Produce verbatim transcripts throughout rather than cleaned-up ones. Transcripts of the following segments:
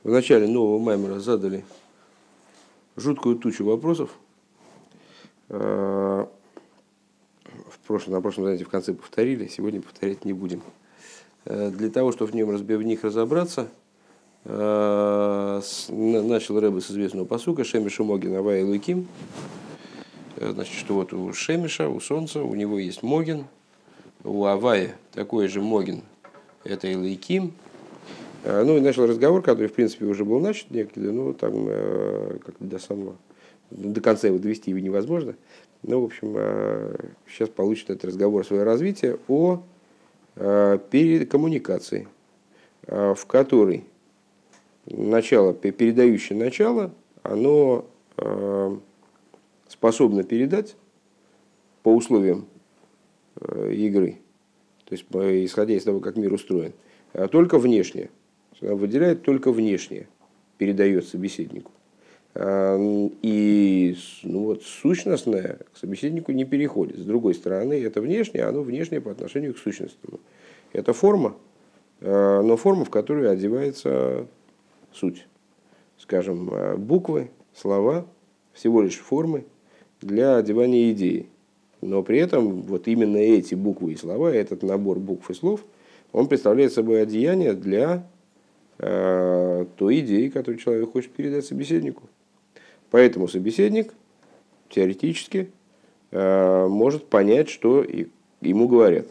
В начале нового маймера задали жуткую тучу вопросов. В прошлом, на прошлом занятии в конце повторили, сегодня повторять не будем. Для того, чтобы в, нем, в них разобраться, начал Ребе с известного пасука «Шемеша Могин Авай Элоким». Значит, что вот у Шемеша, у Солнца, у него есть Могин, у Авая такой же Могин, это Элоким. Ну и начал разговор, который в принципе уже был начат некогда, но там как до самого, до конца его довести его невозможно. Ну, в общем, сейчас получит этот разговор свое развитие о коммуникации, в которой начало, передающее начало, оно способно передать по условиям игры, то есть исходя из того, как мир устроен, только внешне. Выделяет только внешнее, передает собеседнику. И ну вот, сущностное к собеседнику не переходит. С другой стороны, это внешнее, оно внешнее по отношению к сущностному. Это форма, но форма, в которую одевается суть. Скажем, буквы, слова, всего лишь формы для одевания идеи. Но при этом вот именно эти буквы и слова, этот набор букв и слов, он представляет собой одеяние для той идеи, которую человек хочет передать собеседнику. Поэтому собеседник теоретически может понять, что ему говорят.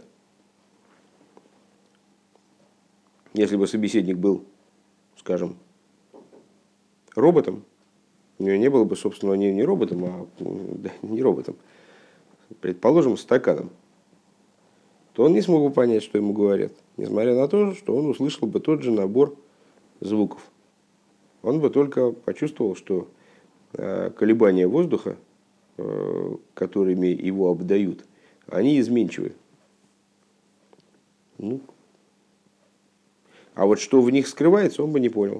Если бы собеседник был, скажем, роботом, у него не было бы, собственно, не, не роботом, а да, не роботом, предположим, стаканом, то он не смог бы понять, что ему говорят, несмотря на то, что он услышал бы тот же набор звуков. Он бы только почувствовал, что колебания воздуха, которыми его обдают, они изменчивы. Ну. А вот что в них скрывается, он бы не понял.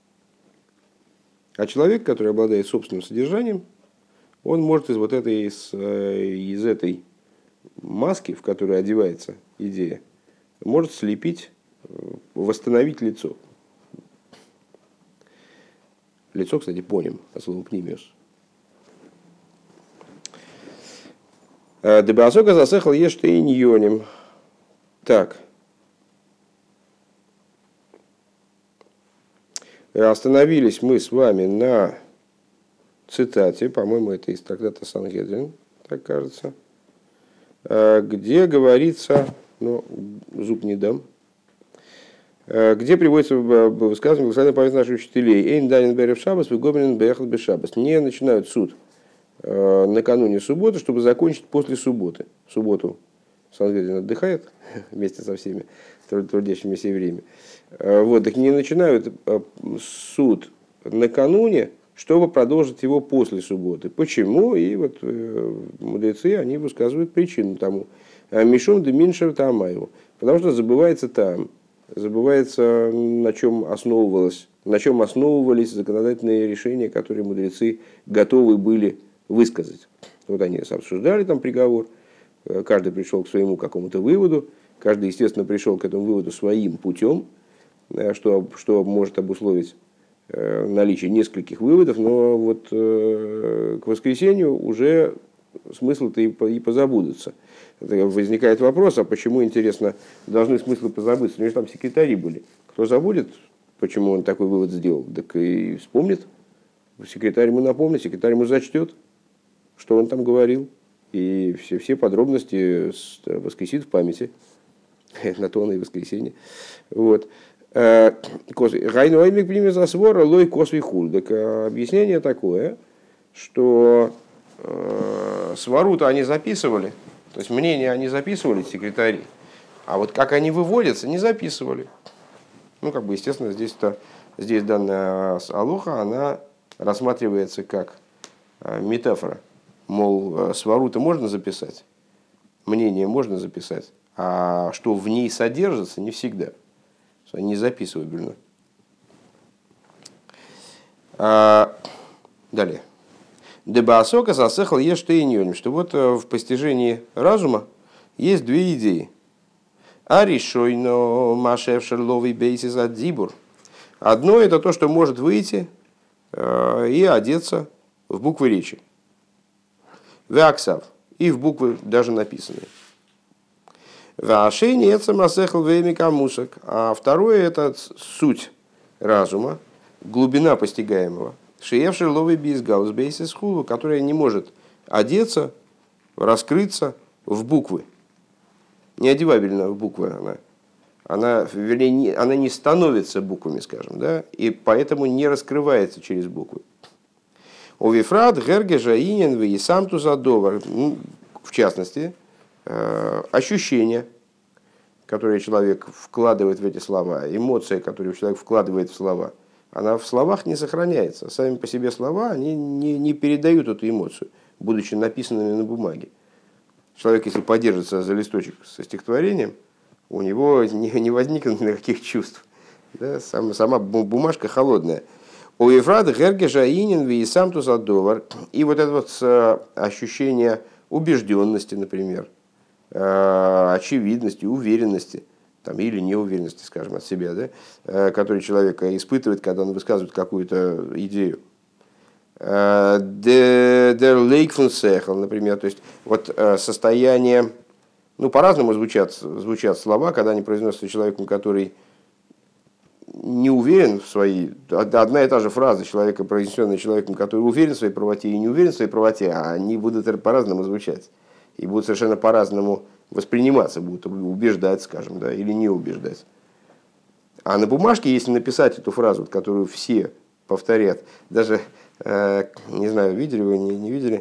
А человек, который обладает собственным содержанием, он может из вот этой, из, из этой маски, в которой одевается идея, может слепить, восстановить лицо. Лицо, кстати, поним, от слова пнимиус. Дебасока засехал еште и ньоним. Так. Остановились мы с вами на цитате, по-моему, это из трактата Сангедрин, так кажется, где говорится, ну, зуб не дам, где приводится высказывание благословенной памяти наших учителей: «Эйн данин берев шабас, выгоминен бехал бе шабас». Не начинают суд накануне субботы, чтобы закончить после субботы. В субботу Сангедрин отдыхает вместе со всеми трудящимися евреями. Вот, так не начинают суд накануне, чтобы продолжить его после субботы. Почему? И вот мудрецы, они высказывают причину тому. Мишум де миншев тамаеву. Потому что забывается там, забывается, на чем основывалось, на чем основывались законодательные решения, которые мудрецы готовы были высказать. Вот они обсуждали там приговор, каждый пришел к своему какому-то выводу, каждый, естественно, пришел к этому выводу своим путем, что, что может обусловить наличие нескольких выводов, но вот к воскресенью уже смыслы-то и позабудутся. Возникает вопрос, а почему, интересно, должны смыслы позабыться? У него же там секретари были. Кто забудет, почему он такой вывод сделал, так и вспомнит. Секретарь ему напомнит, секретарь ему зачтет, что он там говорил. И все, все подробности воскресит в памяти. На то оно и воскресенье. Вот. Гайнуаймик пример засвора лой косвий хуль. Так объяснение такое, что э, свару-то они записывали, то есть мнение они записывали, секретари, а вот как они выводятся, не записывали. Ну, как бы, естественно, здесь-то, здесь данная алоха, она рассматривается как метафора. Мол, свару-то можно записать, мнение можно записать, а что в ней содержится, не всегда. Они не записывабельны. А, далее. Дебаасока засехал еште и ньоним, что вот в постижении разума есть две идеи. Аришойно машев шерловый бейсис от дибур. Одно – это то, что может выйти и одеться в буквы речи. Вяксав. И в буквы даже написанные. Вашейни это масехл веймика мусак. А второе – это суть разума, глубина постигаемого. Шиевший ловый бизгаус бейсис хулу, которая не может одеться, раскрыться в буквы. Неодевабельна в буквы она. Она, вернее, не, она не становится буквами, скажем, да, и поэтому не раскрывается через буквы. У Вифрат, Герге, Жаинин, и сам Тузадовар, в частности, ощущения, которые человек вкладывает в эти слова, эмоция, которую человек вкладывает в слова, она в словах не сохраняется. Сами по себе слова, они не, не передают эту эмоцию, будучи написанными на бумаге. Человек, если подержится за листочек со стихотворением, у него не, не возникнет никаких чувств. Да? Сам, сама бумажка холодная. У Ефрата Герге Жаинин и сам Тузадовар. И вот это вот ощущение убежденности, например, очевидности, уверенности, там, или неуверенности, скажем, от себя, да, который человек испытывает, когда он высказывает какую-то идею. Der Lake von Sechel, например, то есть вот состояние, ну, по-разному звучат, звучат слова, когда они произносятся человеком, который не уверен в своей... Одна и та же фраза человека, произнесенная человеком, который уверен в своей правоте и не уверен в своей правоте, а они будут по-разному звучать. И будут совершенно по-разному восприниматься, будут убеждать, скажем, да, или не убеждать. А на бумажке, если написать эту фразу, которую все повторят, даже, э, не знаю, видели вы, не, не видели...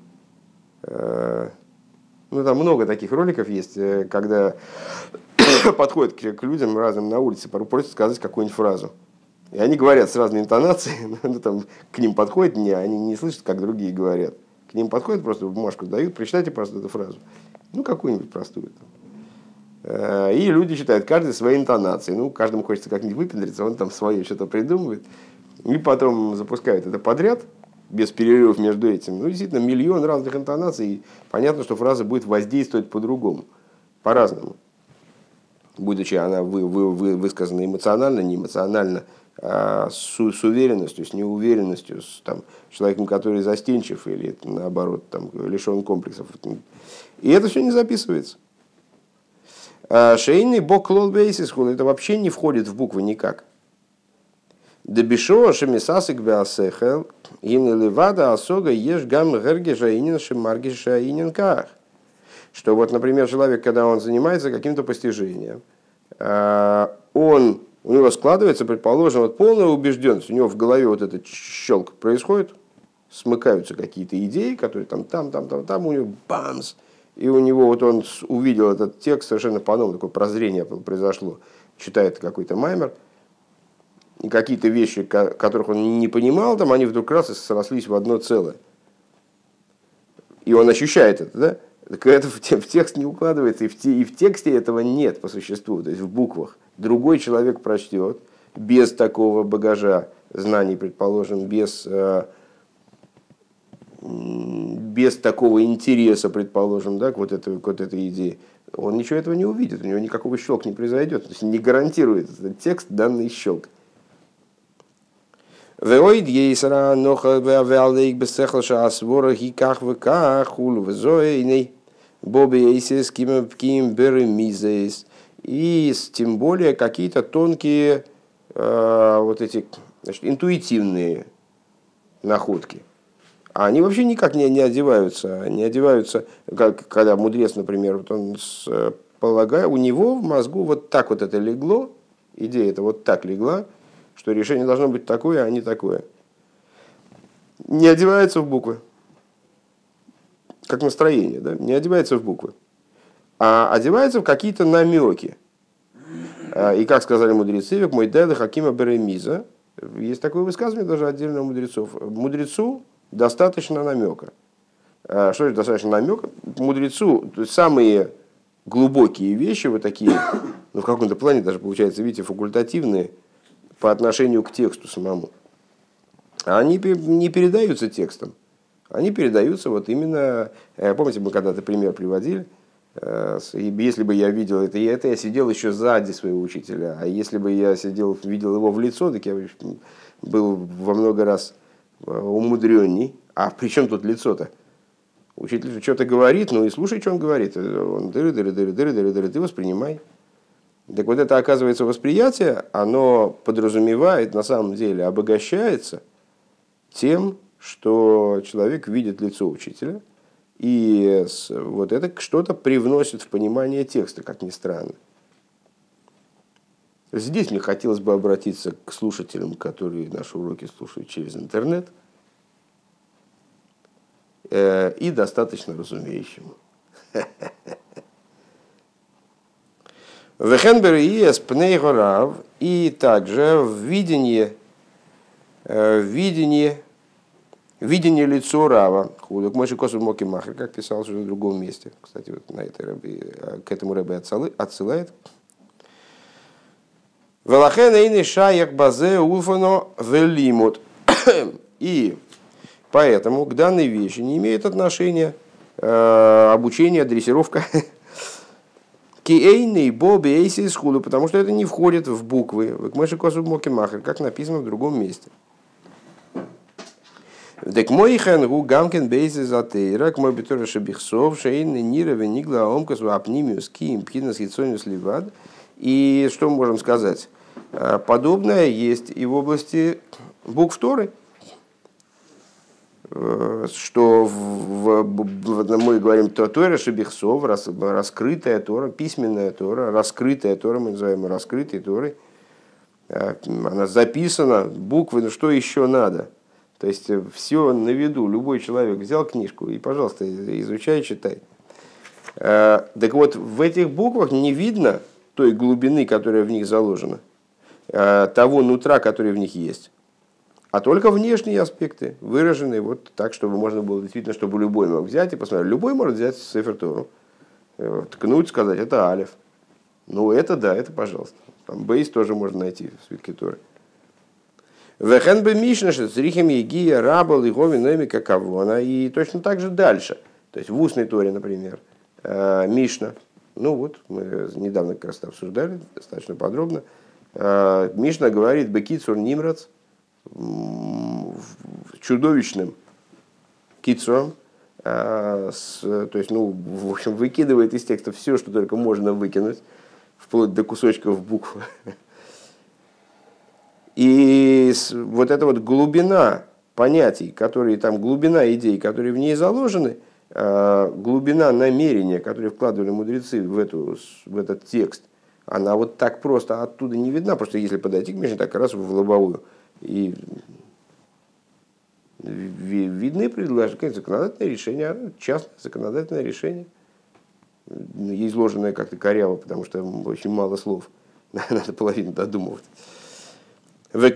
Э, Ну, там много таких роликов есть, когда подходят к людям разным на улице, просят сказать какую-нибудь фразу. И они говорят с разной интонацией, ну, там, к ним подходят, не, они не слышат, как другие говорят. К ним подходят, просто бумажку дают, прочитайте просто эту фразу. Ну, какую-нибудь простую. И люди читают, каждый своей интонацией. Ну, каждому хочется как-нибудь выпендриться, он там свое что-то придумывает. И потом запускают это подряд, без перерывов между этим. Ну, действительно, миллион разных интонаций. И понятно, что фраза будет воздействовать по-другому, по-разному. Будучи она вы, вы, вы, высказана эмоционально, не эмоционально, а с, с уверенностью, с неуверенностью, с там, человеком, который застенчив или, наоборот, там, лишен комплексов. И это все не записывается. Шейный бок лолбейсис, это вообще не входит в буквы никак. Дебишо шемисасик беасехел, им левада осога ешь гам герге жаинин шемарги жаинин ках. Что вот, например, человек, когда он занимается каким-то постижением, он, у него складывается, предположим, вот полная убежденность, у него в голове вот этот щелк происходит, смыкаются какие-то идеи, которые там, там, там, там, там, у него бамс, и у него вот он увидел этот текст совершенно по-новому, такое прозрение произошло, читает какой-то маймер, и какие-то вещи, которых он не понимал, там они вдруг раз и срослись в одно целое. И он ощущает это, да? Так это в текст не укладывается, и в, те, и в тексте этого нет по существу, то есть в буквах. Другой человек прочтет без такого багажа знаний, предположим, без, без такого интереса, предположим, да, к, вот этой, к вот этой идее. Он ничего этого не увидит, у него никакого щелка не произойдет, то есть не гарантирует этот текст данный щелк. Веоид ейсра ноха веалейк бесехлаша асвора хиках веках хулу везоэйней боби ейсес ким ким беремизес. И тем более какие-то тонкие, э, вот эти, значит, интуитивные находки. А они вообще никак не, не одеваются. Не одеваются, как, когда мудрец, например, вот он с, полагая, у него в мозгу вот так вот это легло, идея это вот так легла, что решение должно быть такое, а не такое. Не одевается в буквы. Как настроение, да? Не одевается в буквы. А одевается в какие-то намеки. И как сказали мудрецы, век мой дед Хакима Беремиза, есть такое высказывание даже отдельно у мудрецов. Мудрецу достаточно намека. Что это достаточно намека? Мудрецу, то есть самые глубокие вещи, вот такие, ну в каком-то плане даже получается, видите, факультативные, по отношению к тексту самому, они не передаются текстом. Они передаются вот именно... Помните, мы когда-то пример приводили, Если бы я видел это и это, я сидел еще сзади своего учителя. А если бы я сидел, видел его в лицо, так я был во много раз умудренней. А при чем тут лицо-то? Учитель что-то говорит, ну и слушай, что он говорит. Он дыры-дыры-дыры-дыры-дыры-дыры, ты воспринимай. Так вот это, оказывается, восприятие, оно подразумевает, на самом деле, обогащается тем, что человек видит лицо учителя, и вот это что-то привносит в понимание текста, как ни странно. Здесь мне хотелось бы обратиться к слушателям, которые наши уроки слушают через интернет, и достаточно разумеющему. И также в видении, в видении, видение лицо Рава, худок Мойши Косов Моки Махер, как писалось уже в другом месте. Кстати, вот на этой рэбе, к этому рэбе отсылает. И поэтому к данной вещи не имеет отношения э, обучение, дрессировка. Киэйный боби эйси из худу, потому что это не входит в буквы. К Мойши Косов Моки Махер, как написано в другом месте. Так мой хэнгу гамкен бейзи затейра, к мой битора шабихсов, шейн нира венигла омкас апнимиус киим пхинас хитсониус ливад. И что мы можем сказать? Подобное есть и в области букв Торы, что в, в, мы говорим Тора шабихсов, раскрытая Тора, письменная Тора, раскрытая Тора, мы называем ее раскрытой Торой. Она записана, буквы, ну что еще надо? То есть все на виду, любой человек взял книжку и, пожалуйста, изучай, читай. Так вот, в этих буквах не видно той глубины, которая в них заложена, того нутра, который в них есть, а только внешние аспекты, выраженные вот так, чтобы можно было действительно, чтобы любой мог взять и посмотреть. Любой может взять Сефер Тору, ткнуть, сказать, это алеф. Ну, это да, это пожалуйста. Там бейс тоже можно найти в свитке Торы. Вехен бы мишна, что црихем егия, рабал, и говин, номи, какавона. И точно так же дальше. То есть в устной Торе, например, Мишна. Ну вот, мы недавно как раз обсуждали, достаточно подробно. Мишна говорит, бекицур нимрац, чудовищным кицуром, то есть, ну, в общем, выкидывает из текста все, что только можно выкинуть, вплоть до кусочков букв. И вот эта вот глубина понятий, которые там, глубина идей, которые в ней заложены, глубина намерения, которые вкладывали мудрецы в, эту, в этот текст, она вот так просто оттуда не видна. Просто если подойти к Мишне, так раз в лобовую. И видны предложения, законодательное решение, частное законодательное решение, изложенное как-то коряво, потому что очень мало слов, надо половину додумывать. Тем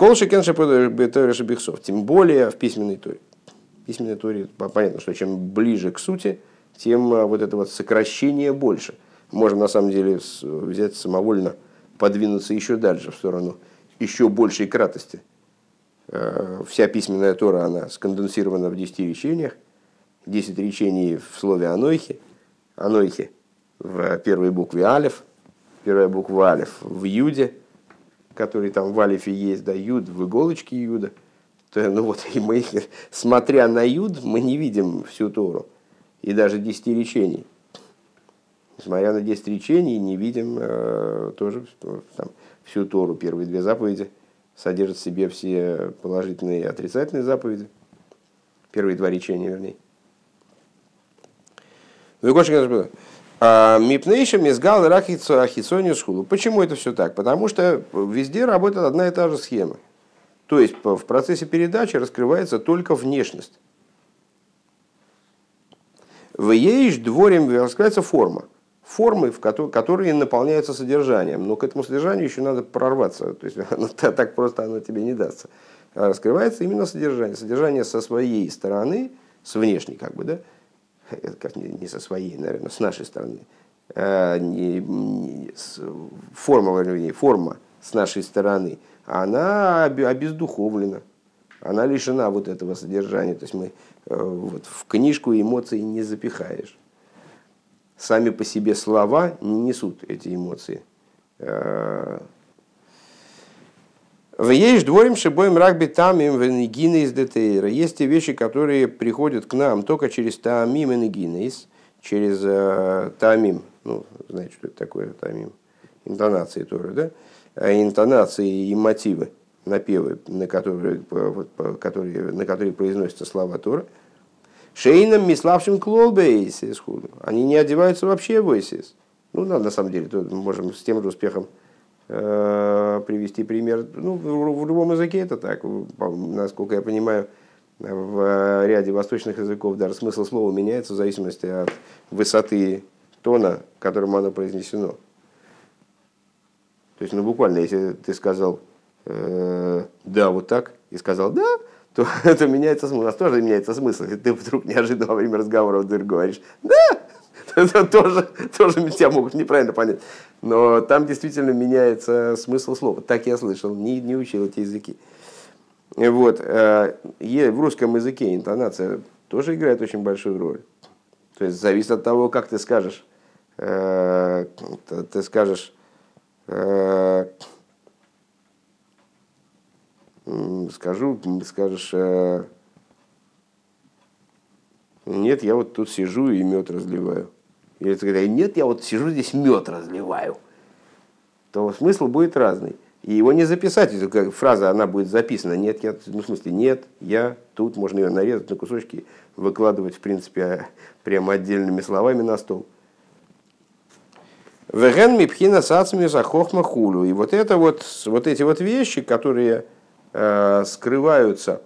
более в письменной Торе. В письменной Торе понятно, что чем ближе к сути, тем вот это вот сокращение больше. Можем на самом деле взять самовольно, подвинуться еще дальше в сторону еще большей кратости. Вся письменная Тора, она сконденсирована в десяти речениях. Десять речений в слове анойхи. Анойхи в первой букве алеф. Первая буква алеф в юде, который там в алефе есть, да, юд в иголочке юда. То, ну вот, и мы, смотря на юд, мы не видим всю Тору. И даже десяти речений. Несмотря на десять речений, не видим э, тоже там, всю Тору. Первые две заповеди содержат в себе все положительные и отрицательные заповеди. Первые два речения, вернее. Мипнейшем изгал рахицу ахицонию схулу. Почему это все так? Потому что везде работает одна и та же схема. То есть в процессе передачи раскрывается только внешность. В ейш дворем раскрывается форма. Формы, в которые, которые наполняются содержанием. Но к этому содержанию еще надо прорваться. То есть оно, так просто оно тебе не дастся. Раскрывается именно содержание. Содержание со своей стороны, с внешней как бы, да? Как не, не со своей, наверное, с нашей стороны. Не, не, с, форма, вернее, форма с нашей стороны, она обездуховлена. Она лишена вот этого содержания. То есть мы вот, в книжку эмоций не запихаешь. сами по себе слова не несут эти эмоции. В есть дворим шибоем рагби тамим венегины из детейра. Есть те вещи, которые приходят к нам только через таамим и негинейс, через э, таамим. Ну, знаете, что это такое таамим? Интонации Торы, да? А интонации и мотивы, напевы, на которые, которые, на которые произносятся слова Торы. Шейном миславшим клолбейсис. Они не одеваются вообще в ойсис. Ну, да, на самом деле, то можем с тем же успехом э, привести пример. Ну, в, в любом языке это так. Насколько я понимаю, в ряде восточных языков даже смысл слова меняется в зависимости от высоты тона, которым оно произнесено. То есть, ну, буквально, если ты сказал э, «да, вот так», и сказал «да», то это меняется смысл. У нас тоже меняется смысл. Если ты вдруг неожиданно во время разговора вдруг говоришь «да», это тоже, тоже тебя могут неправильно понять. Но там действительно меняется смысл слова. Так я слышал, не, не учил эти языки. Вот. В русском языке интонация тоже играет очень большую роль. То есть зависит от того, как ты скажешь. Ты скажешь... Скажу, скажешь, нет, я вот тут сижу и мед разливаю. Или ты говоришь, нет, я вот сижу здесь мед разливаю. То смысл будет разный. И его не записать, как фраза, она будет записана. Нет, я, ну, в смысле, нет, я тут, можно ее нарезать на кусочки, выкладывать, в принципе, прямо отдельными словами на стол. Веген мипхина сацми захохма хулю. И вот это вот, вот эти вот вещи, которые э, скрываются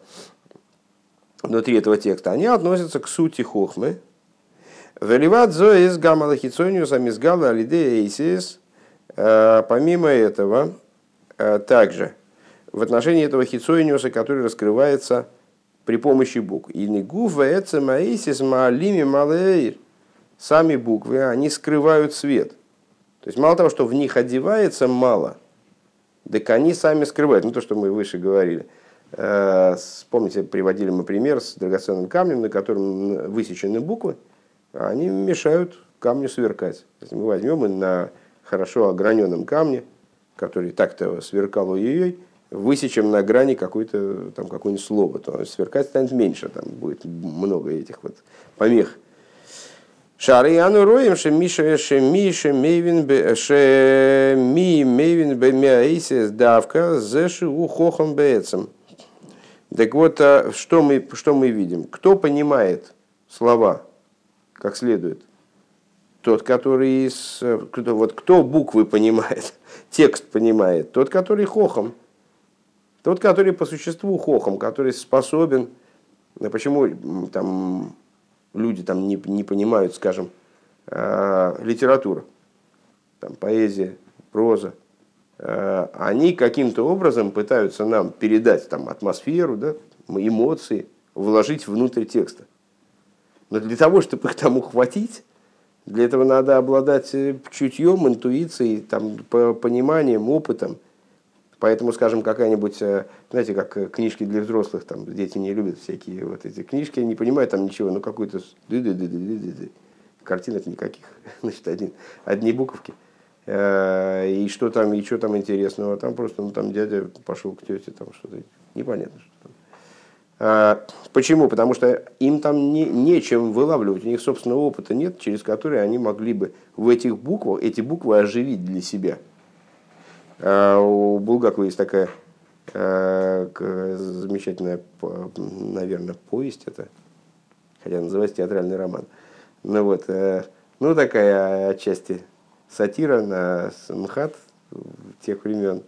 внутри этого текста, они относятся к сути хохмы. Веливат зоис гамала хицониус амизгала алидея эйсис. Помимо этого, э, также в отношении этого хицониуса, который раскрывается при помощи букв. И негуф эцем эйсис маалими малеир. Сами буквы, они скрывают свет. То есть мало того, что в них одевается мало, так они сами скрывают. Ну, то, что мы выше говорили. Помните, приводили мы пример с драгоценным камнем, на котором высечены буквы. Они мешают камню сверкать. Если мы возьмем и на хорошо ограненном камне, который так-то сверкал ой-ой-ой, высечем на грани какое-то, там, какое-нибудь слово, то сверкать станет меньше, там будет много этих вот помех. Шарияну роем, что Миша, что Миша, Мейвин, что Ми, Мейвин, Бемяисис, давка, зэши у хохом бэцем. Так вот, что мы, что мы видим? Кто понимает слова как следует? Тот, который из... Кто, вот, кто буквы понимает, текст понимает? Тот, который хохом. Тот, который по существу хохом, который способен... Почему там... Люди там не, не понимают, скажем, э, литературу, там, поэзия, проза. Э, они каким-то образом пытаются нам передать там, атмосферу, да, эмоции, вложить внутрь текста. Но для того, чтобы их там ухватить, для этого надо обладать чутьем, интуицией, там, пониманием, опытом. Поэтому, скажем, какая-нибудь, знаете, как книжки для взрослых, там дети не любят всякие вот эти книжки, не понимают там ничего, ну какой-то картинок никаких, значит, один, одни буковки. И что там, и что там интересного, там просто, ну там дядя пошел к тете, там что-то непонятно, что там. Почему? Потому что им там не, нечем вылавливать, у них собственного опыта нет, через который они могли бы в этих буквах, эти буквы оживить для себя. У Булгакова есть такая замечательная, наверное, повесть, это, хотя называется театральный роман. Ну, вот, ну такая отчасти сатира на МХАТ тех времен.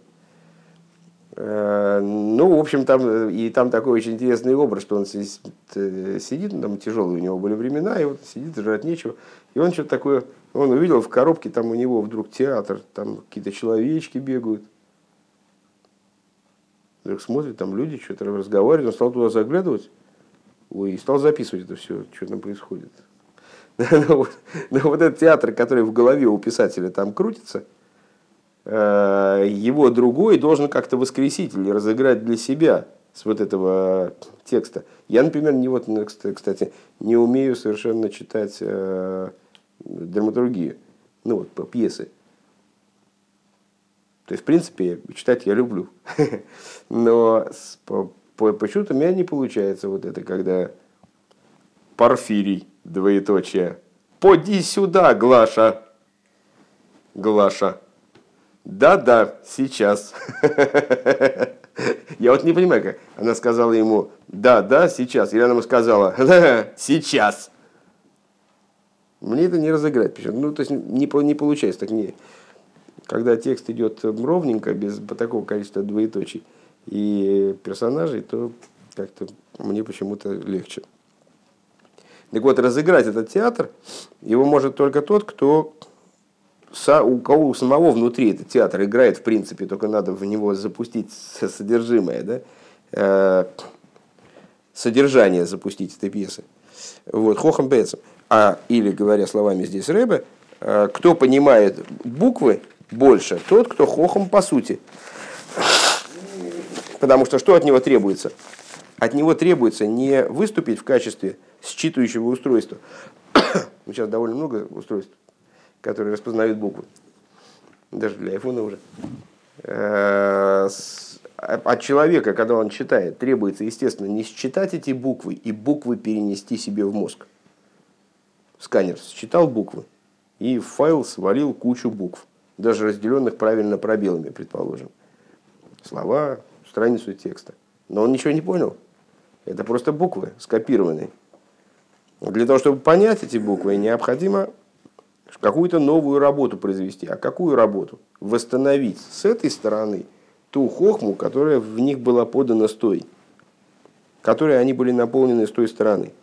Ну, в общем, там, и там такой очень интересный образ, что он сидит, там тяжелые у него были времена, и вот сидит, жрать нечего. И он что-то такое, он увидел в коробке, там у него вдруг театр, там какие-то человечки бегают. Вдруг смотрит, там люди что-то разговаривают, он стал туда заглядывать, ой, и стал записывать это все, что там происходит. Но вот, но вот этот театр, который в голове у писателя там крутится, его другой должен как-то воскресить или разыграть для себя с вот этого текста. Я, например, не, вот, кстати, не умею совершенно читать драматургию, ну вот, по пьесы. То есть, в принципе, читать я люблю. Но по, по, почему-то у меня не получается вот это, когда Порфирий, двоеточие. Поди сюда, Глаша. Глаша. Да-да, сейчас. Я вот не понимаю, как она сказала ему «да-да, сейчас», или она ему сказала «да, сейчас». Мне это не разыграть. Ну, то есть, не, не получается так. Не. Когда текст идет ровненько, без такого количества двоеточий и персонажей, то как-то мне почему-то легче. Так вот, разыграть этот театр, его может только тот, кто, у кого у самого внутри этот театр играет, в принципе, только надо в него запустить содержимое, да? Содержание запустить этой пьесы. Вот, хохам бецем. А, или, говоря словами здесь Ребе, кто понимает буквы больше, тот, кто хохом по сути. Потому что что от него требуется? От него требуется не выступить в качестве считывающего устройства. Ну, сейчас довольно много устройств, которые распознают буквы. Даже для айфона уже. От человека, когда он читает, требуется, естественно, не считать эти буквы и буквы перенести себе в мозг. Сканер считал буквы и в файл свалил кучу букв, даже разделенных правильно пробелами, предположим. Слова, страницу текста. Но он ничего не понял. Это просто буквы, скопированные. Для того, чтобы понять эти буквы, необходимо какую-то новую работу произвести. А какую работу? Восстановить с этой стороны ту хохму, которая в них была подана с той, которой они были наполнены с той стороны.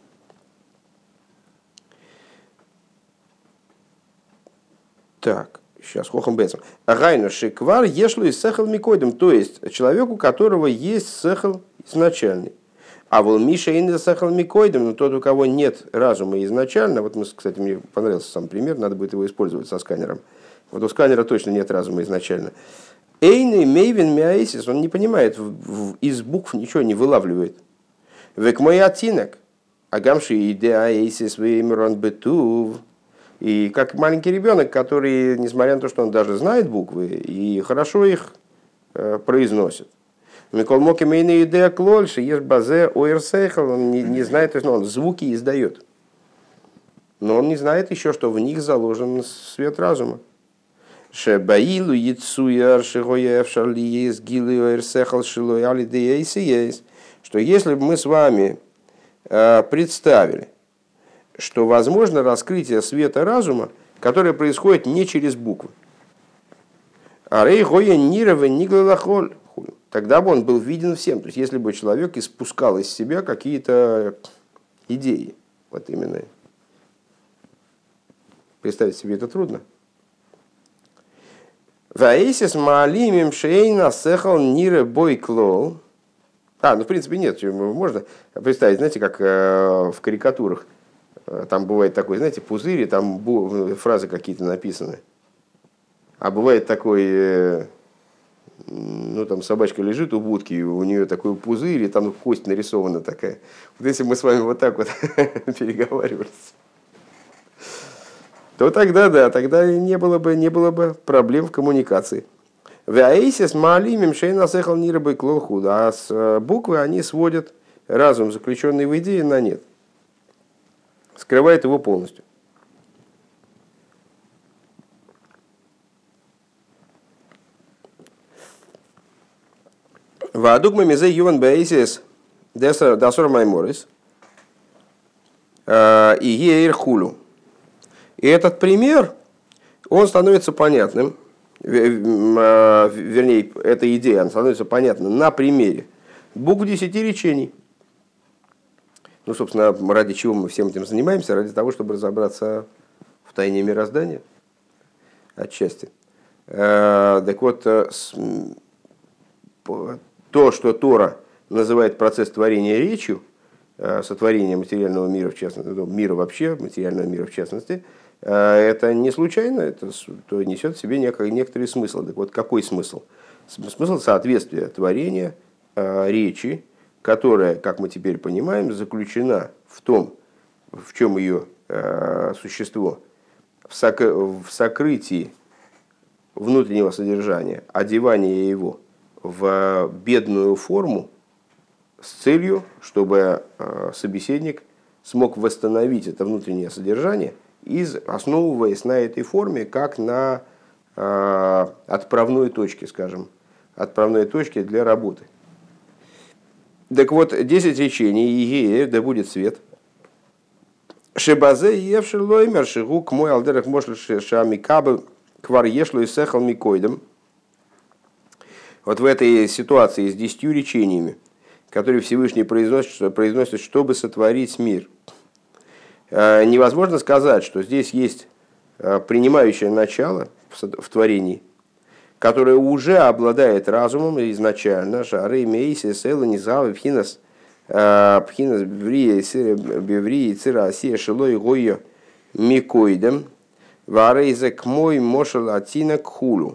Так, сейчас хохам бецем. Гайну шиквар ешлу из сехал микойдем, то есть человеку, у которого есть сехал изначальный. А вол Миша и не сехал микойдем, но тот, у кого нет разума изначально, вот, мы, кстати, мне понравился сам пример, надо будет его использовать со сканером. Вот у сканера точно нет разума изначально. Эйный мейвен миаисис, он не понимает, из букв ничего не вылавливает. Век мой отинок, агамши идеаисис веймерон бетув. И как маленький ребенок, который, несмотря на то, что он даже знает буквы, и хорошо их э, произносит. Микол Моки Мейна идея клольши, ешь базе оэрсейхал, он не, не знает, то есть, ну, он звуки издает. Но он не знает еще, что в них заложен свет разума. Шебаилу яцуяр шигоев шарли ес гилы оэрсейхал шилой алидея ис. Что если бы мы с вами э, представили, что возможно раскрытие света разума, которое происходит не через буквы. А рей гоя нирова ниглалахоль. Тогда бы он был виден всем. То есть, если бы человек испускал из себя какие-то идеи. Вот именно. Представить себе это трудно. Ваисис маалимим шейна сехал нире бойклол. А, ну в принципе нет. Можно представить, знаете, как в карикатурах. Там бывает такой, знаете, пузырь, и там фразы какие-то написаны. А бывает такой, ну там собачка лежит у будки, и у нее такой пузырь, и там кость нарисована такая. Вот если мы с вами вот так вот переговаривались, то тогда, да, тогда не было бы, не было бы проблем в коммуникации. А с буквы они сводят разум, заключенный в идее, на нет. Скрывает его полностью. Ваадугма мизе юван бейсис дасор майморис и ейр хулю. И этот пример, он становится понятным, вернее, эта идея она становится понятна на примере букв десяти речений. Ну, собственно, ради чего мы всем этим занимаемся? Ради того, чтобы разобраться в тайне мироздания, отчасти. Так вот, то, что Тора называет процесс творения речью, сотворение материального мира, в частности, мира вообще, материального мира в частности, это не случайно, это несет в себе некоторый смысл. Так вот, какой смысл? Смысл соответствия творения речи, которая, как мы теперь понимаем, заключена в том, в чем ее э, существо, в, сок... в сокрытии внутреннего содержания, одевание его в бедную форму с целью, чтобы собеседник смог восстановить это внутреннее содержание, из, основываясь на этой форме, как на э, отправной точке, скажем, отправной точке для работы. Так вот, десять речений, Ие, да будет свет. Шебазе евши лоймер шигу к мой алдерах мошли шами кабы квар ешло и сехал микойдом. Вот в этой ситуации с десятью речениями, которые Всевышний произносит, произносит, чтобы сотворить мир, невозможно сказать, что здесь есть принимающее начало в творении, которое уже обладает разумом изначально, шары, мейси, сэлла, низавы, пхинас, пхинас, беврии, цира, осия, шилой, гойо, микоидем, варейзек мой, мошел, атина, кхулу.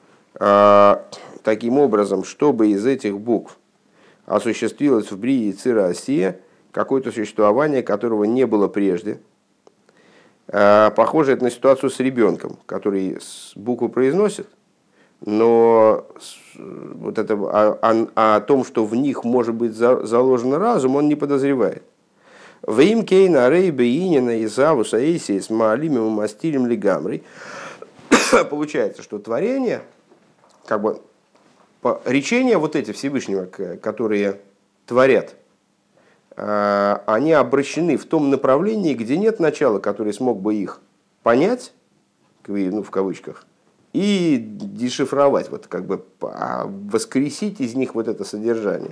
Таким образом, чтобы из этих букв осуществилось в брии, цира, осия, какое-то существование, которого не было прежде. Похоже это на ситуацию с ребенком, который букву произносит, но вот это, а, а, о том, что в них может быть заложен разум, он не подозревает. В им кейна рей бейнина изаву саиси с маалимим мастилем лигамрой. Получается, что творение, как бы речения вот эти Всевышнего, которые творят, они обращены в том направлении, где нет начала, который смог бы их понять, ну, в кавычках, и дешифровать, вот, как бы воскресить из них вот это содержание.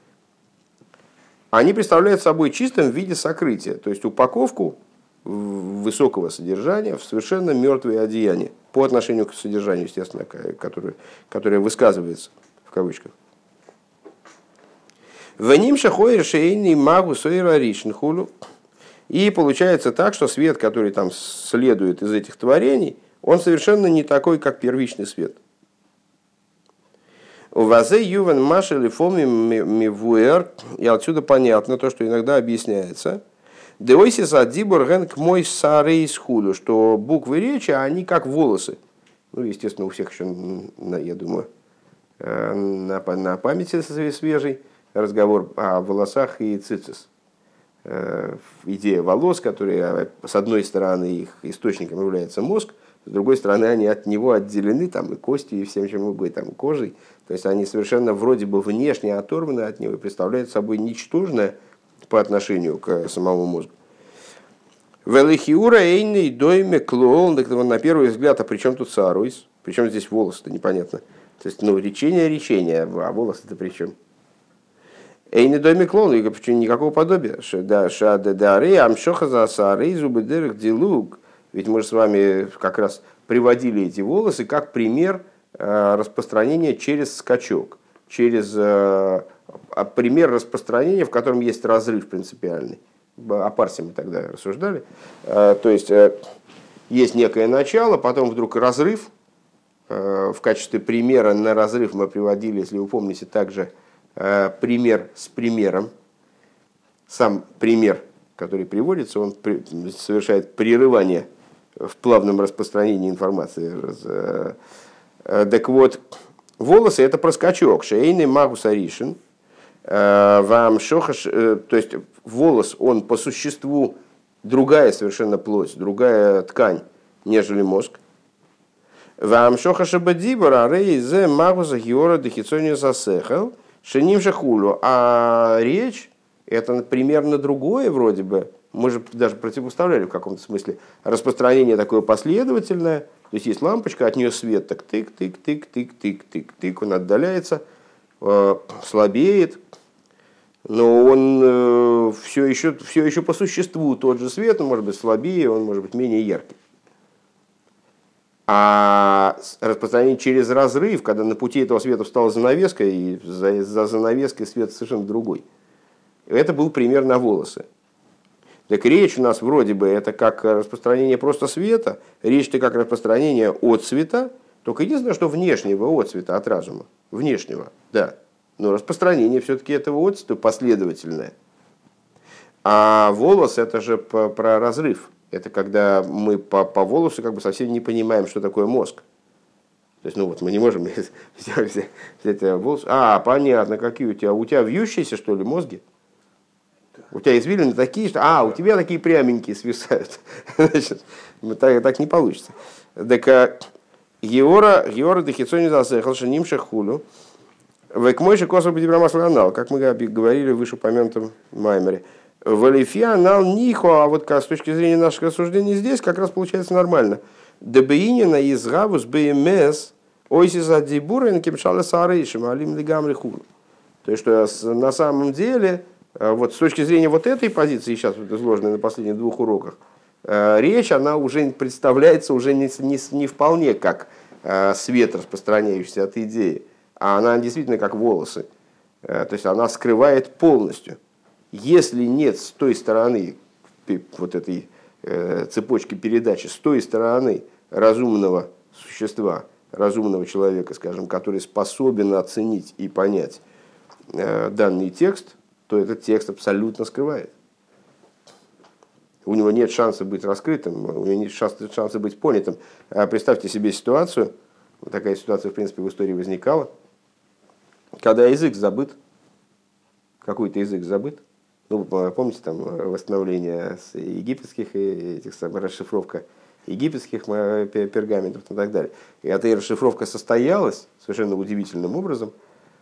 Они представляют собой чистым в виде сокрытия, то есть упаковку высокого содержания в совершенно мертвые одеяния по отношению к содержанию, естественно, которое, которое высказывается в кавычках. И получается так, что свет, который там следует из этих творений, он совершенно не такой, как первичный свет. И отсюда понятно то, что иногда объясняется, что буквы речи, они как волосы. Ну, естественно, у всех еще, я думаю, на памяти свежий разговор о волосах и цицис. Идея волос, которые, с одной стороны, их источником является мозг, с другой стороны, они от него отделены там, и костью, и всем чем угодно, там, кожей. То есть они совершенно вроде бы внешне оторваны от него и представляют собой ничтожное по отношению к самому мозгу. Велихиура эйный дойме клоун, на первый взгляд, а при чем тут сааруис? Причем здесь волосы-то непонятно. То есть, ну, речение, речение, а волосы-то при чем? Эйный дойме клоун, почему никакого подобия? Ведь мы же с вами как раз приводили эти волосы как пример распространения через скачок, через пример распространения, в котором есть разрыв принципиальный. О парсе мы тогда рассуждали. То есть есть некое начало, потом вдруг разрыв. В качестве примера на разрыв мы приводили, если вы помните, также пример с примером. Сам пример, который приводится, он совершает прерывание в плавном распространении информации. Так вот, волосы – это проскачок. Шейный магус аришин. Вам шохаш, то есть волос, он по существу другая совершенно плоть, другая ткань, нежели мозг. Вам шохаша бадибара рейзе магуса геора дехицония засехал шеним шахулю. А речь – это примерно другое вроде бы. Мы же даже противопоставляли в каком-то смысле распространение такое последовательное. То есть есть лампочка, от нее свет, так тык-тык-тык-тык-тык-тык-тык, он отдаляется, слабеет, но он э, все, еще, все еще по существу тот же свет, он может быть слабее, он может быть менее яркий. А распространение через разрыв, когда на пути этого света встала занавеска, и за, за занавеской свет совершенно другой. Это был пример на волосы. Так речь у нас вроде бы это как распространение просто света, речь-то как распространение от цвета, только единственное, что внешнего от цвета, от разума. Внешнего, да. Но распространение все-таки этого отцвета последовательное. А волос это же про разрыв. Это когда мы по, по волосу как бы совсем не понимаем, что такое мозг. То есть, ну вот, мы не можем взять, взять, взять волос. А, понятно, какие у тебя. У тебя вьющиеся, что ли, мозги? У тебя извилины такие, что... А, у тебя такие пряменькие свисают. Значит, так, так не получится. Так, Геора, Геора Дехицони засехал, шанимша хулю. Векмойши косу подибрамасланал, как мы говорили в вышеупомянутом маймере. Валифия нал нихо, а вот с точки зрения наших рассуждений здесь как раз получается нормально. Дебеинина из гавус бмс ойсиса дибурен кемшала сарейшим алим лигамри хулю. То есть, что на самом деле, вот с точки зрения вот этой позиции, сейчас вот изложенной на последних двух уроках, речь, она уже представляется уже не, не, не вполне как свет, распространяющийся от идеи, а она действительно как волосы. То есть, она скрывает полностью. Если нет с той стороны вот этой цепочки передачи, с той стороны разумного существа, разумного человека, скажем, который способен оценить и понять данный текст, то этот текст абсолютно скрывает. У него нет шанса быть раскрытым, у него нет шанса быть понятым. Представьте себе ситуацию, вот такая ситуация, в принципе, в истории возникала, когда язык забыт, какой-то язык забыт. Ну, помните, там восстановление с египетских и этих самых, расшифровка египетских пергаментов и так далее. И эта расшифровка состоялась совершенно удивительным образом.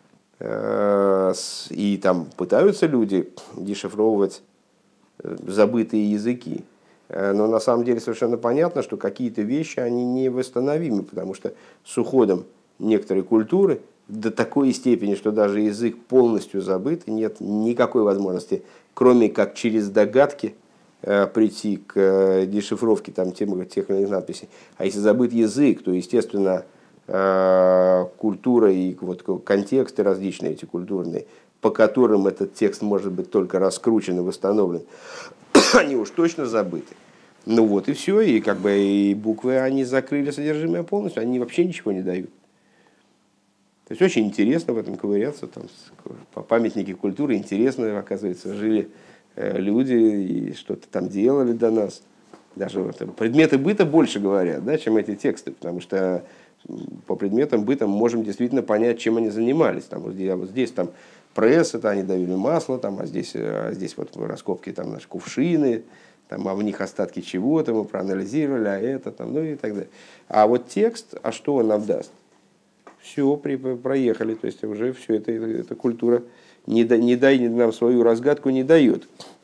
И там пытаются люди дешифровывать забытые языки. Но на самом деле совершенно понятно, что какие-то вещи, они невосстановимы, потому что с уходом некоторой культуры до такой степени, что даже язык полностью забыт, и нет никакой возможности, кроме как через догадки, прийти к дешифровке там, тех или иных надписей. А если забыт язык, то, естественно, культура и вот контексты различные эти культурные, по которым этот текст может быть только раскручен и восстановлен, они уж точно забыты. Ну вот и все, и как бы и буквы они закрыли содержимое полностью, они вообще ничего не дают. То есть очень интересно в этом ковыряться, там, по памятники культуры интересно, оказывается, жили люди и что-то там делали до нас. Даже вот, предметы быта больше говорят, да, чем эти тексты, потому что по предметам быта мы можем действительно понять, чем они занимались. Там, вот здесь, вот здесь там пресс, это они давили масло, там, а, здесь, а здесь вот раскопки там, наши кувшины, там, а в них остатки чего-то мы проанализировали, а это, там, ну и так далее. А вот текст, а что он нам даст? Все, при, проехали, то есть уже все это, это, эта культура не, да, не дай нам свою разгадку не дает.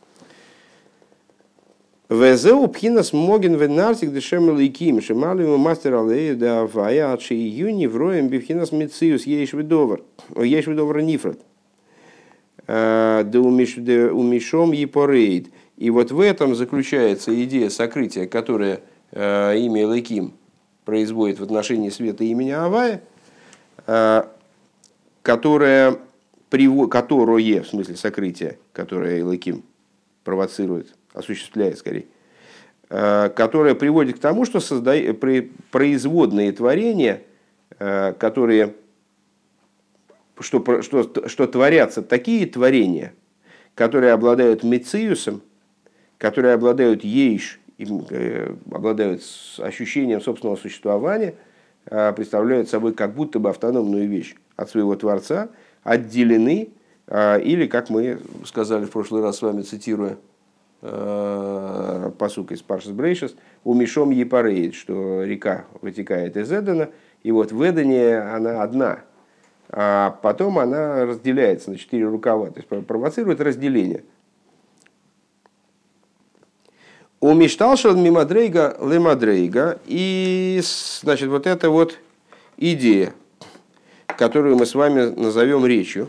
Везеу пхинас моген венартик дешем лейким шемалим мастер алею да авая отши июни вроем бифхинас мециус ейш видовар ейш видовар нифрат да умешом епорейд. И вот в этом заключается идея сокрытия, которое имя Лейким производит в отношении света имени Авая, которое, которое, в смысле сокрытия, которое Элоким провоцирует, осуществляет скорее, которое приводит к тому, что создает производные творения, которые, что, что, что творятся такие творения, которые обладают мециусом, которые обладают ейш, обладают ощущением собственного существования, представляют собой как будто бы автономную вещь от своего Творца, отделены, или, как мы сказали в прошлый раз с вами, цитируя пасук из Паршас Брейшис, умешом епарейд, что река вытекает из Эдена, и вот в Эдене она одна, а потом она разделяется на четыре рукава, то есть провоцирует разделение. У Мишталшал мимадрейга лемадрейга, и значит, вот эта вот идея, которую мы с вами назовем речью,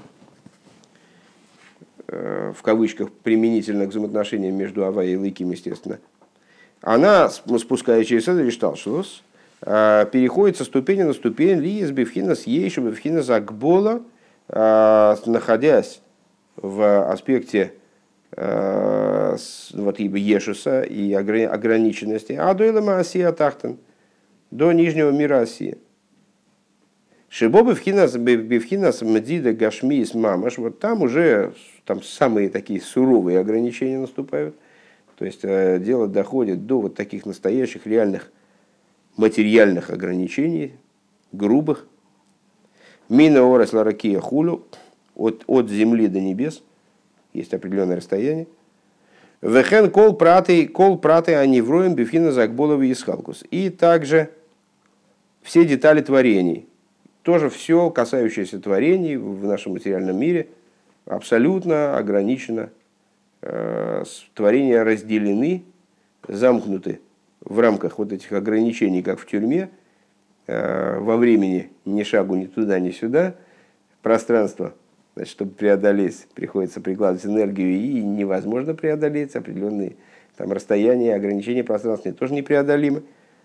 в кавычках, применительно к взаимоотношениям между Авай и Лейким, естественно, она, спускаясь через этот Ришталшалус, переходит со ступени на ступень лиес бифхинас ейшу бифхинас акбола, находясь в аспекте вот, ешуса и ограниченности, а до илама асия тахтан, до нижнего мира Асии. Шибо бифхинас бифхинас мдида гашмиис мамаш, вот там уже там самые такие суровые ограничения наступают, То есть дело доходит до вот таких настоящих реальных материальных ограничений, грубых. Мина орес ларакия хулю, от, от земли до небес, есть определенное расстояние. Вехен кол праты, кол праты они вроем бифина закболовый исхалкус. И также все детали творений, тоже все касающееся творений в нашем материальном мире, абсолютно ограничено. Творения разделены, замкнуты в рамках вот этих ограничений, как в тюрьме, во времени ни шагу ни туда, ни сюда. Пространство, значит, чтобы преодолеть, приходится прикладывать энергию, и невозможно преодолеть определенные там, расстояния, ограничения пространственные, тоже непреодолимы.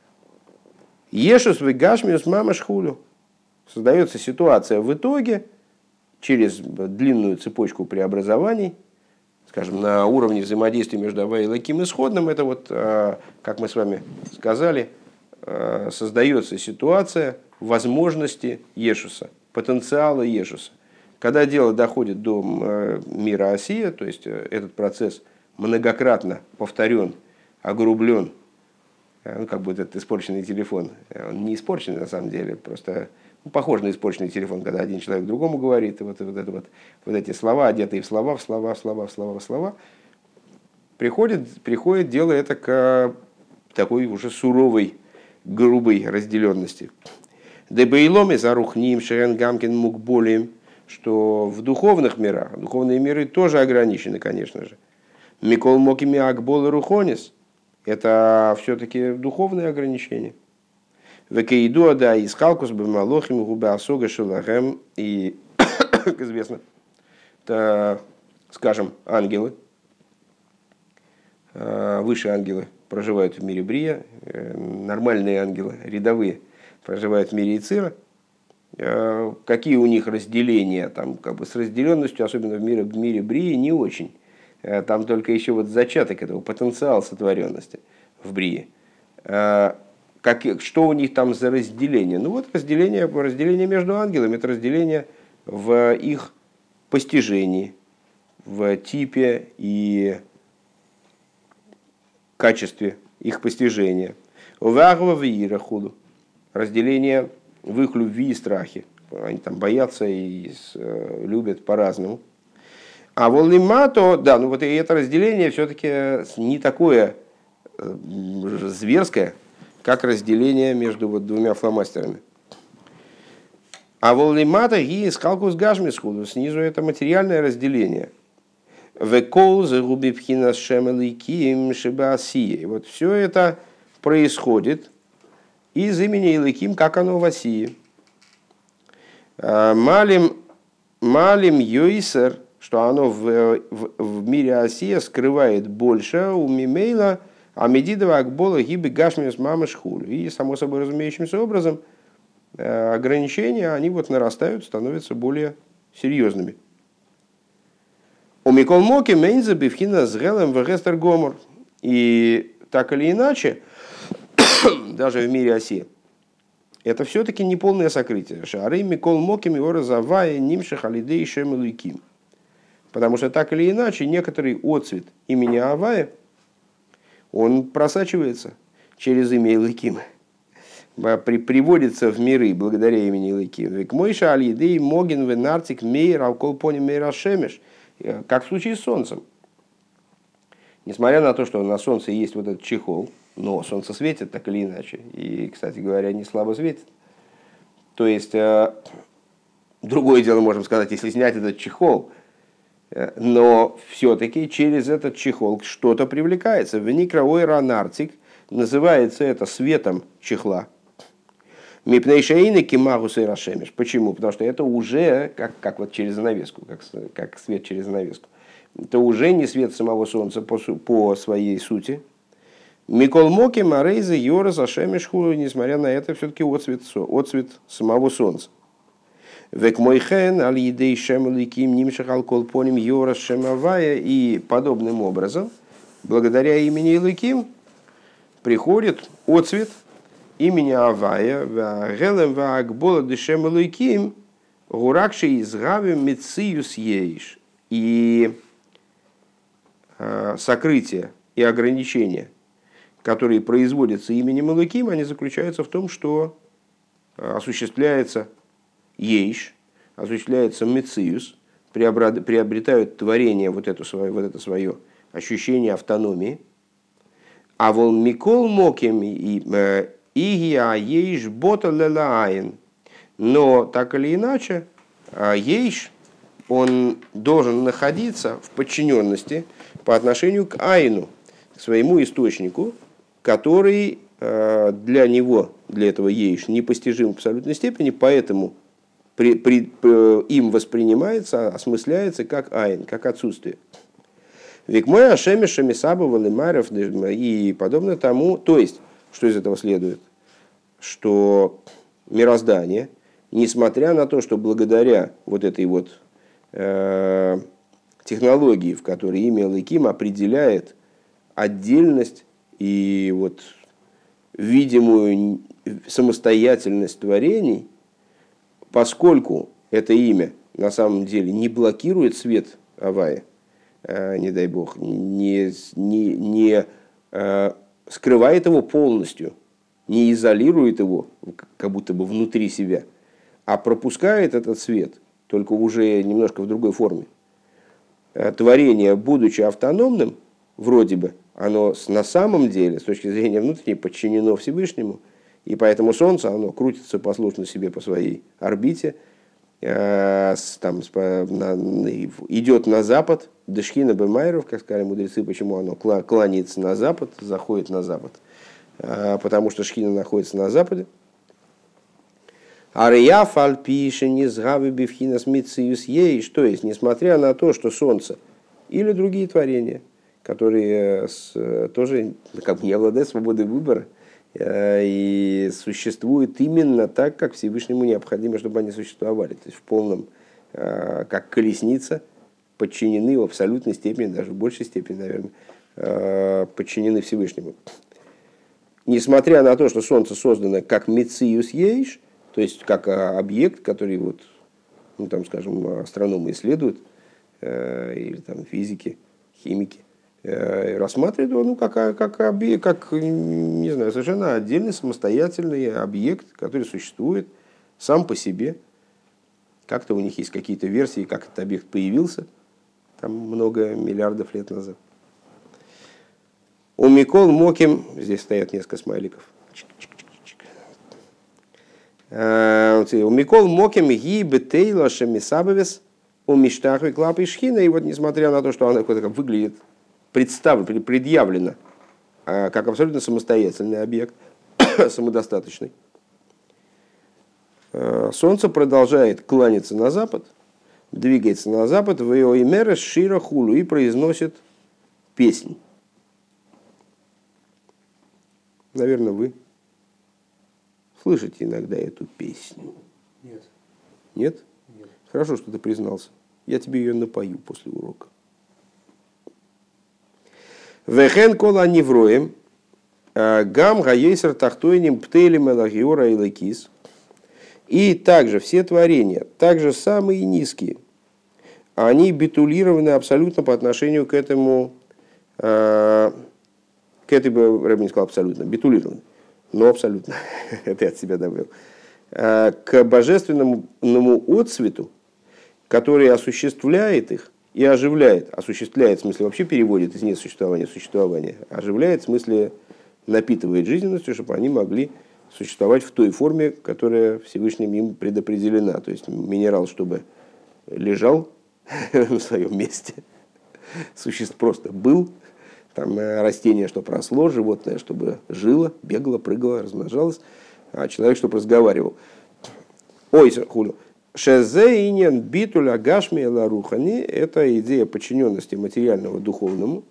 Ешус вегашмиус мамаш хулю. Создается ситуация в итоге, через длинную цепочку преобразований, скажем, на уровне взаимодействия между Авай и Элоким исходным, это вот, как мы с вами сказали, создается ситуация возможности Ешуса, потенциала Ешуса. Когда дело доходит до мира Осия, то есть этот процесс многократно повторен, огрублен, ну, как будет этот испорченный телефон. Он не испорченный на самом деле, просто ну, похож на испорченный телефон, когда один человек другому говорит, и вот, вот, это вот, вот эти слова, одетые в слова, в слова, в слова, в слова, в слова, приходит, приходит дело это к такой уже суровой, грубой разделенности. Дебейлом из арухним шерен гамкин мукболием, что в духовных мирах, духовные миры тоже ограничены, конечно же. Микол мокими акбол и рухонис, это все-таки духовные ограничения. Векейду да из халкус бемалохим губа осога шелахем, и, как известно, это, скажем, ангелы, высшие ангелы проживают в мире Брия, нормальные ангелы, рядовые, проживают в мире Ицира. Какие у них разделения, там, как бы с разделенностью, особенно в мире, в мире Брии, не очень. Там только еще вот зачаток этого потенциала сотворенности в Брии. Как, что у них там за разделение? Ну вот разделение, разделение между ангелами, это разделение в их постижении, в типе и качестве их постижения. Разделение в их любви и страхе. Они там боятся и любят по-разному. А волнимато, да, ну вот и это разделение все-таки не такое зверское, как разделение между вот двумя фломастерами. А волнимато ги скалкус гашмисхуду, снизу это материальное разделение. Векол загуби пхина шемеликим шибасии. Вот все это происходит из имени Илыким, как оно в Осии. Малим, малим йойсер, что оно в, в, в мире Осия скрывает больше у мимейла, а медидова акбола гиби гашмиус мамаш хуль. И, само собой разумеющимся образом, ограничения, они вот нарастают, становятся более серьезными. У Микол Моки мейнза бифхина с гелем в гестер гомор. И так или иначе, даже в мире Осия, это все-таки не полное сокрытие. Шары Микол Моки миора завая нимших алидей шемелуиким. Потому что так или иначе, некоторый отцвет имени Авая, он просачивается через имя Илыким, приводится в миры благодаря имени Илыким. Век мойша алидей моген венартик мейр алколпони мейра шемеш. Как в случае с Солнцем. Несмотря на то, что на Солнце есть вот этот чехол, но Солнце светит так или иначе, и, кстати говоря, не слабо светит. То есть, другое дело, можем сказать, если снять этот чехол, но все-таки через этот чехол что-то привлекается. Веникроой ранартик, называется это светом чехла. Мипнейшаины кимагус и рашемиш. Почему? Потому что это уже как, как вот через занавеску, как, как свет через занавеску. Это уже не свет самого Солнца по, по своей сути. Микол моки марейза йора зашемиш хулу, несмотря на это, все-таки отцвет, отцвет самого Солнца. Век мойхен аль едей шемеликим нимшах алколпоним йора шемавая. И подобным образом, благодаря имени Илыким, приходит отцвет имени Авая, гелем ваагбола дешем Илыким, гуракши изгавим мециюс еиш. И сокрытие и ограничения, которые производятся именем Элоким, они заключаются в том, что осуществляется ейш, осуществляется мециус, приобретают творение вот это свое, вот это свое ощущение автономии. А вол микол моким и игия ейш бота лелаайн. Но так или иначе, ейш, он должен находиться в подчиненности по отношению к айну, к своему источнику, который для него, для этого ейш, непостижим в абсолютной степени, поэтому при, при, им воспринимается, осмысляется как айн, как отсутствие. Век мой ашеми шамисаба валимарев и подобно тому, то есть, что из этого следует? Что мироздание, несмотря на то, что благодаря вот этой вот э, технологии, в которой имя Элоким определяет отдельность и вот видимую самостоятельность творений, поскольку это имя на самом деле не блокирует свет Авая, э, не дай бог, не, не, не э, скрывает его полностью, не изолирует его, как будто бы внутри себя, а пропускает этот свет, только уже немножко в другой форме. Творение, будучи автономным, вроде бы, оно на самом деле, с точки зрения внутренней, подчинено Всевышнему, и поэтому Солнце, оно крутится послушно себе по своей орбите, э, там, на, идет на запад, Дешхина Бемайров, как сказали мудрецы, почему оно кланяется на запад, заходит на запад. Потому что Шхина находится на западе. Ария фальпиши низгави бифхинас мициус ейш, то есть, несмотря на то, что Солнце или другие творения, которые тоже как бы не обладают свободой выбора и существуют именно так, как Всевышнему необходимо, чтобы они существовали, то есть в полном, как колесница, подчинены в абсолютной степени, даже в большей степени, наверное, подчинены Всевышнему. Несмотря на то, что Солнце создано как мециус ейш, то есть как объект, который, вот, ну, там, скажем, астрономы исследуют, э, или там, физики, химики, э, рассматривают его ну, как, как, объект, как, не знаю, совершенно отдельный самостоятельный объект, который существует сам по себе. Как-то у них есть какие-то версии, как этот объект появился, там много миллиардов лет назад. У Микол Моким, здесь стоят несколько смайликов. У Микол Моким ги бетейла шемисабовес у миштахви клапы шхина. И вот несмотря на то, что она выглядит представлена, предъявлена как абсолютно самостоятельный объект, самодостаточный, Солнце продолжает кланяться на запад, двигается на запад, в Иоимера Шира Хулу и произносит песнь. Наверное, вы слышите иногда эту песню. Нет. Нет? Нет. Хорошо, что ты признался. Я тебе ее напою после урока. Вехен кола невроем гам гаейсер тахтойним птелем элагиора и лекис. И также все творения, также самые низкие, они битулированы абсолютно по отношению к этому. К этой бы, Рэбби не сказал абсолютно, битулированы, но абсолютно, это я от себя добавил, к божественному отцвету, который осуществляет их и оживляет. Осуществляет, в смысле, вообще переводит из несуществования в существование. Оживляет, в смысле, напитывает жизненностью, чтобы они могли существовать в той форме, которая Всевышним им предопределена. То есть минерал, чтобы лежал на своем месте, существ просто был, там растение, чтобы росло, животное, чтобы жило, бегало, прыгало, размножалось, а человек, чтобы разговаривал. Ой, хулю. Шезе иньян битуля гашми ларухани – это идея подчиненности материального духовному,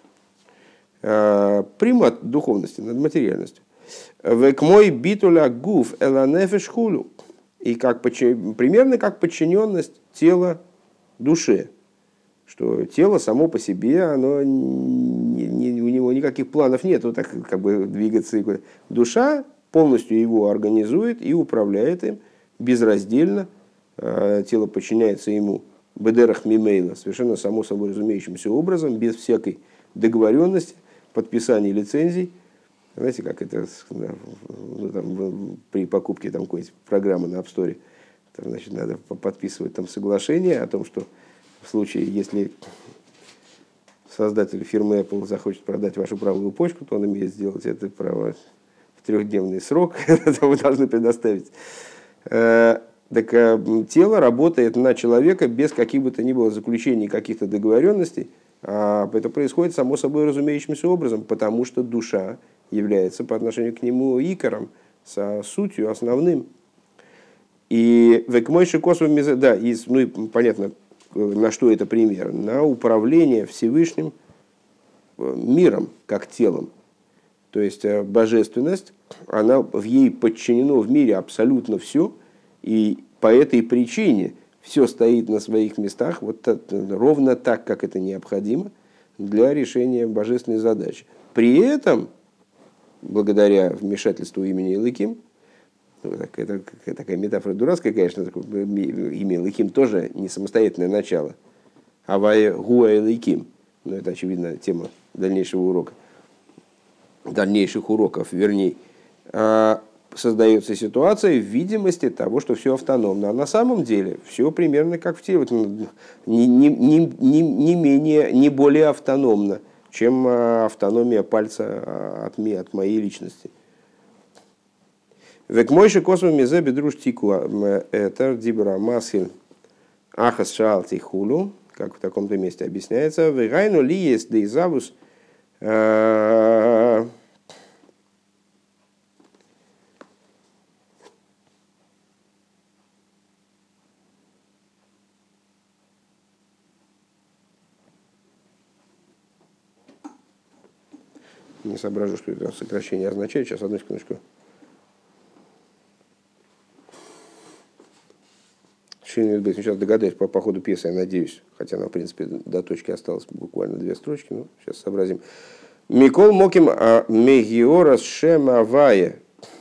примат духовности над материальностью. Век мой битуля гуф эланефеш хулю. И как, примерно как подчиненность тела душе. Что тело само по себе, оно не, не, у него никаких планов нет, вот так как бы двигаться. Душа полностью его организует и управляет им безраздельно. Тело подчиняется ему бедерах мимейла, совершенно само собой разумеющимся образом, без всякой договоренности, подписании лицензий. Знаете, как это ну, там, при покупке там, какой-нибудь программы на App Store, там, значит, надо подписывать там соглашение о том, что в случае, если создатель фирмы Apple захочет продать вашу правую почку, то он имеет сделать это право в трехдневный срок, это вы должны предоставить. Так тело работает на человека без каких бы то ни было заключений, каких-то договоренностей. А это происходит само собой разумеющимся образом, потому что душа является по отношению к нему икором, со сутью основным. И векмойши косвами, да, и, ну и понятно, на что это пример? На управление Всевышним миром, как телом. То есть божественность, она, в ей подчинено в мире абсолютно все, и по этой причине все стоит на своих местах вот так, ровно так, как это необходимо для решения божественной задачи. При этом, благодаря вмешательству имени Элоким, это такая метафора дурацкая, конечно, имя Элоким тоже не самостоятельное начало. Авая гуа Элоким. Но это, очевидно, тема дальнейшего урока. Дальнейших уроков, вернее. Создается ситуация в видимости того, что все автономно. А на самом деле все примерно как в теле. Не, не, не, не менее, не более автономно, чем автономия пальца от, от моей личности. Век мойши космос мезе бедруш тику этер дибра масхин ахас шаалти хулу, как в таком-то месте объясняется. Вегайну ли есть дейзавус не соображу, что это сокращение означает. Сейчас, одну секундочку. Сейчас догадаюсь по, по ходу пьесы, я надеюсь. Хотя она, в принципе, до точки осталось буквально две строчки. Ну, сейчас сообразим. Микол моким мегиорас шемавае.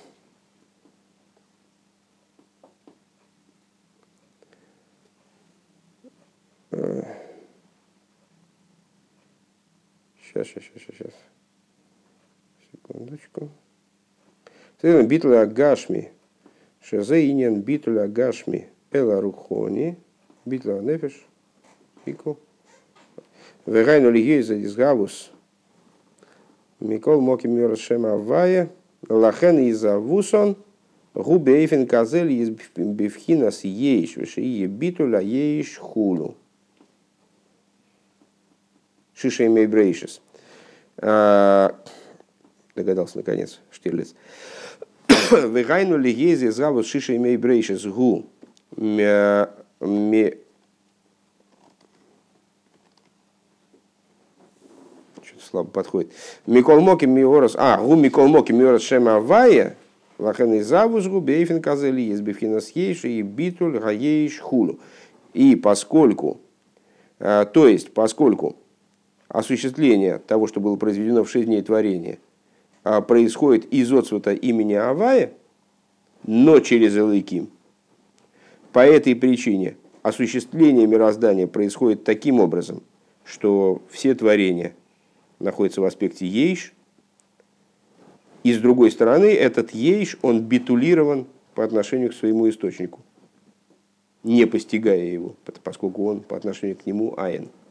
Сейчас, сейчас, сейчас, сейчас. Секундочку. Битля агашми. Шезе иньян битля агашми. Эла рухони. Битля нефеш. Пику. Вегайну лигейза дизгавус. Микол моки мёрс шема авая. Лахен изавусон. Губейфен казель из бифхинас ейш. Вешие битуля ейш хулу. Шиша имей брейшес. Догадался, наконец, Штирлиц. Вегайну лигейзе завод шиша имей брейшес гу. Что-то слабо подходит. Микол моки миорос. А, гу микол моки миорос шема авая. Лахен изавус гу бейфен казели из бифхинас ейш и битуль гаейш хулу. И поскольку, то есть, поскольку осуществление того, что было произведено в шесть дней творения, происходит из отцвета имени Авая, но через Элоким. По этой причине осуществление мироздания происходит таким образом, что все творения находятся в аспекте ейш, и с другой стороны этот ейш, он битулирован по отношению к своему источнику, не постигая его, поскольку он по отношению к нему аен.